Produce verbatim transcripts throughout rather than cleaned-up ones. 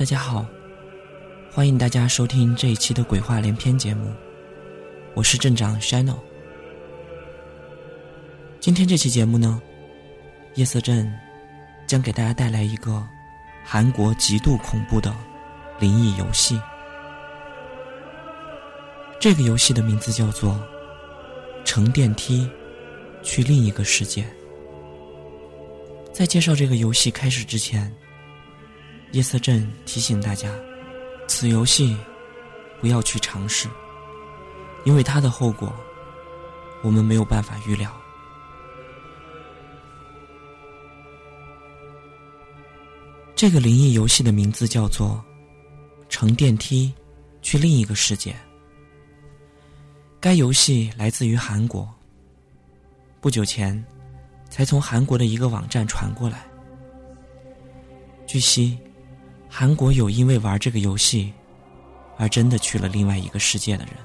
大家好，欢迎大家收听这一期的鬼话连篇节目，我是镇长 Shino。 今天这期节目呢，夜色镇将给大家带来一个韩国极度恐怖的灵异游戏。这个游戏的名字叫做乘电梯去另一个世界。在介绍这个游戏开始之前，夜色镇提醒大家，此游戏不要去尝试，因为它的后果我们没有办法预料。这个灵异游戏的名字叫做乘电梯去另一个世界。该游戏来自于韩国，不久前才从韩国的一个网站传过来。据悉，韩国有因为玩这个游戏而真的去了另外一个世界的人。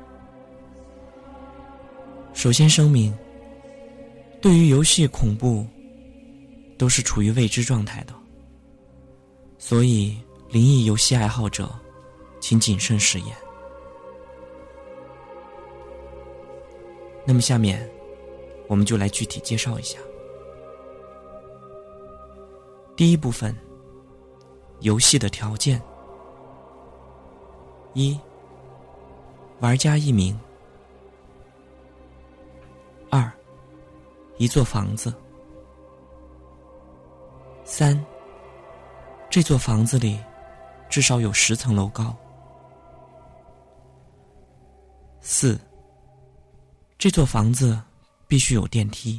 首先声明，对于游戏恐怖都是处于未知状态的，所以灵异游戏爱好者请谨慎试验。那么下面我们就来具体介绍一下。第一部分，游戏的条件。一、玩家一名。二、一座房子。三、这座房子里至少有十层楼高。四、这座房子必须有电梯。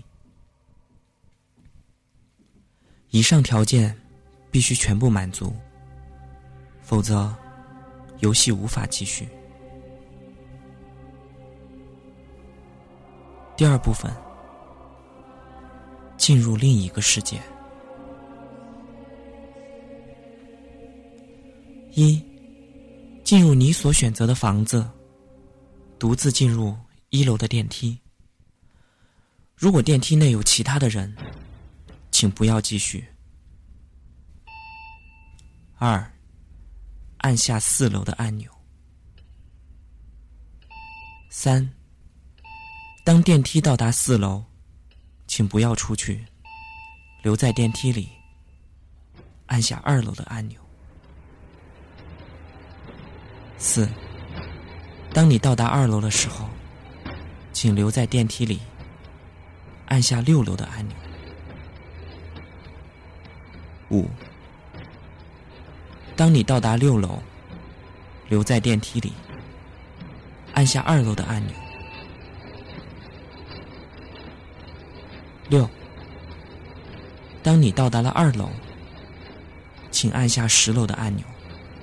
以上条件必须全部满足，否则游戏无法继续。第二部分，进入另一个世界。一、进入你所选择的房子，独自进入一楼的电梯。如果电梯内有其他的人，请不要继续。二、按下四楼的按钮。三、当电梯到达四楼，请不要出去，留在电梯里，按下二楼的按钮。四、当你到达二楼的时候，请留在电梯里，按下六楼的按钮。五、当你到达六楼，留在电梯里，按下二楼的按钮。六、当你到达了二楼，请按下十楼的按钮。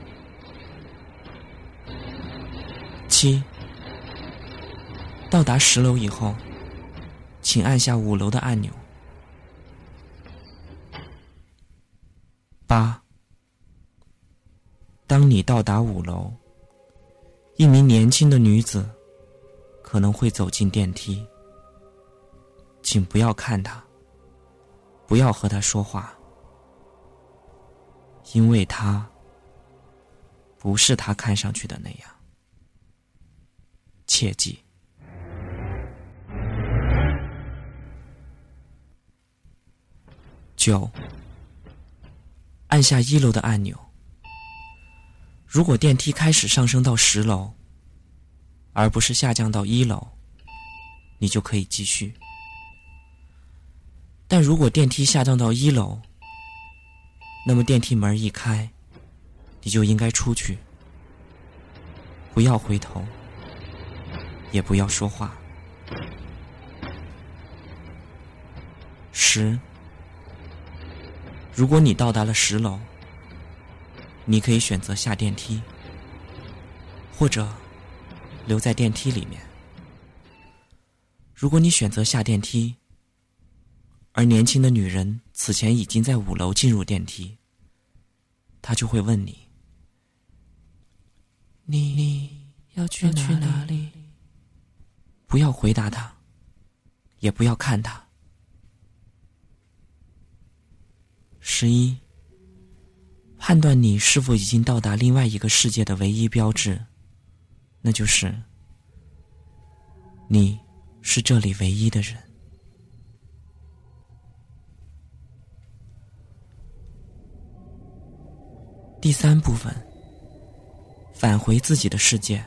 七、到达十楼以后，请按下五楼的按钮。八、当你到达五楼，一名年轻的女子可能会走进电梯，请不要看她，不要和她说话，因为她不是她看上去的那样。切记。九、按下一楼的按钮。如果电梯开始上升到十楼，而不是下降到一楼，你就可以继续。但如果电梯下降到一楼，那么电梯门一开，你就应该出去，不要回头，也不要说话。十、如果你到达了十楼，你可以选择下电梯，或者留在电梯里面。如果你选择下电梯，而年轻的女人此前已经在五楼进入电梯，她就会问你：你你要去哪 里, 哪里？不要回答她，也不要看她。十一、 判断你是否已经到达另外一个世界的唯一标志，那就是你是这里唯一的人。第三部分，返回自己的世界。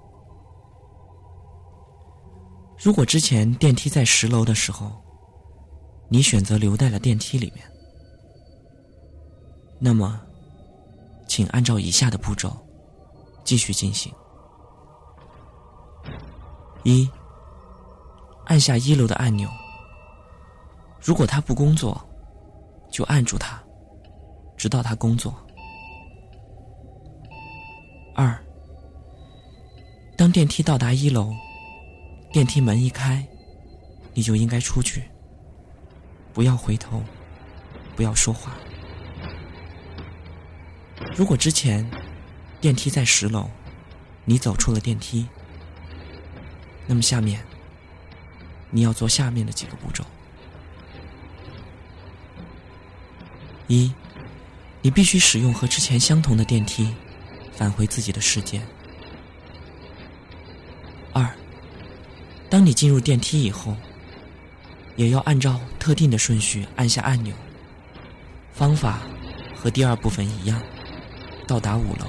如果之前电梯在十楼的时候，你选择留在了电梯里面，那么请按照以下的步骤继续进行。一，按下一楼的按钮，如果它不工作，就按住它，直到它工作。二，当电梯到达一楼，电梯门一开，你就应该出去，不要回头，不要说话。如果之前电梯在十楼，你走出了电梯，那么下面你要做下面的几个步骤。一，你必须使用和之前相同的电梯返回自己的世界。二，当你进入电梯以后，也要按照特定的顺序按下按钮，方法和第二部分一样，到达五楼。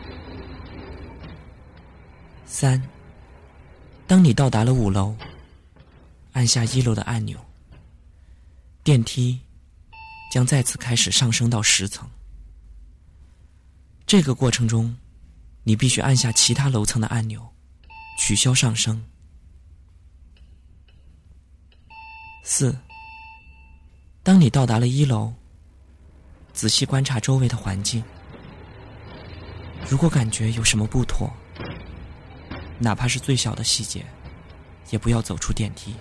三，当你到达了五楼，按下一楼的按钮，电梯将再次开始上升到十层。这个过程中，你必须按下其他楼层的按钮，取消上升。四，当你到达了一楼，仔细观察周围的环境，如果感觉有什么不妥，哪怕是最小的细节，也不要走出电梯。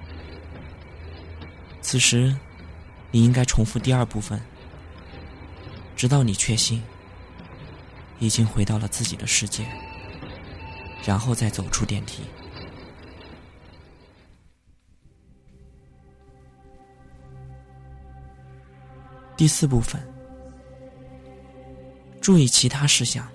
此时你应该重复第二部分，直到你确信已经回到了自己的世界，然后再走出电梯。第四部分，注意其他事项。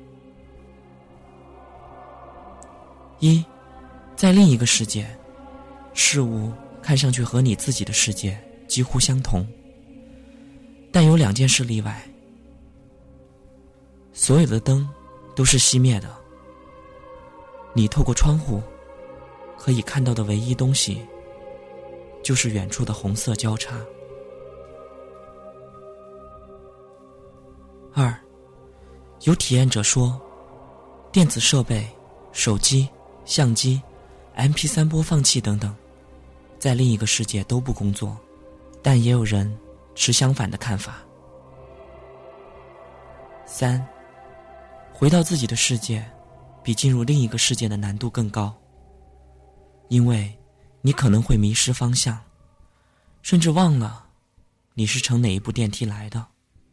一，在另一个世界，事物看上去和你自己的世界几乎相同，但有两件事例外。所有的灯都是熄灭的，你透过窗户可以看到的唯一东西就是远处的红色交叉。二，有体验者说，电子设备、手机、相机、M P 三 播放器等等，在另一个世界都不工作，但也有人持相反的看法。三，回到自己的世界比进入另一个世界的难度更高，因为你可能会迷失方向，甚至忘了你是乘哪一部电梯来的。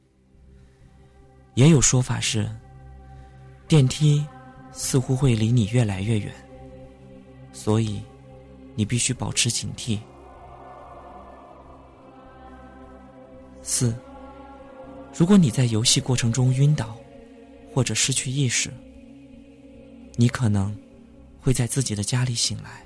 也有说法是，电梯似乎会离你越来越远，所以你必须保持警惕。四，如果你在游戏过程中晕倒或者失去意识，你可能会在自己的家里醒来，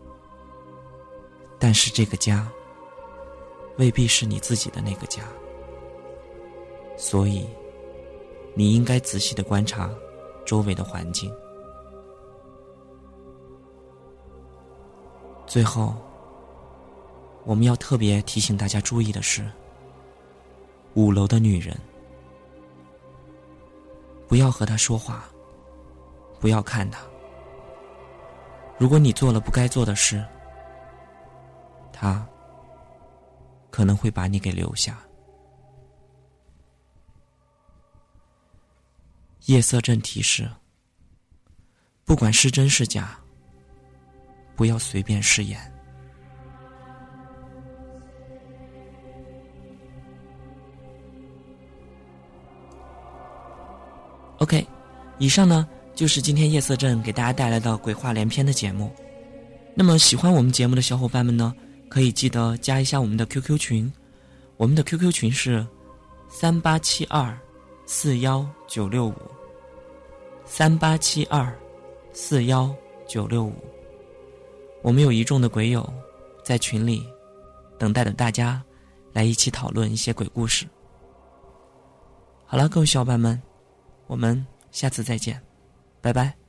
但是这个家未必是你自己的那个家，所以你应该仔细地观察周围的环境。最后，我们要特别提醒大家注意的是，五楼的女人，不要和她说话，不要看她。如果你做了不该做的事，她可能会把你给留下。夜色镇提示：不管是真是假，不要随便试验。OK， 以上呢就是今天夜色镇给大家带来的鬼话连篇的节目。那么喜欢我们节目的小伙伴们呢，可以记得加一下我们的 Q Q 群，我们的 Q Q 群是三八七二四幺九六五，三八七二四幺九六五。我们有一众的鬼友在群里等待着大家来一起讨论一些鬼故事。好了，各位小伙伴们，我们下次再见，拜拜。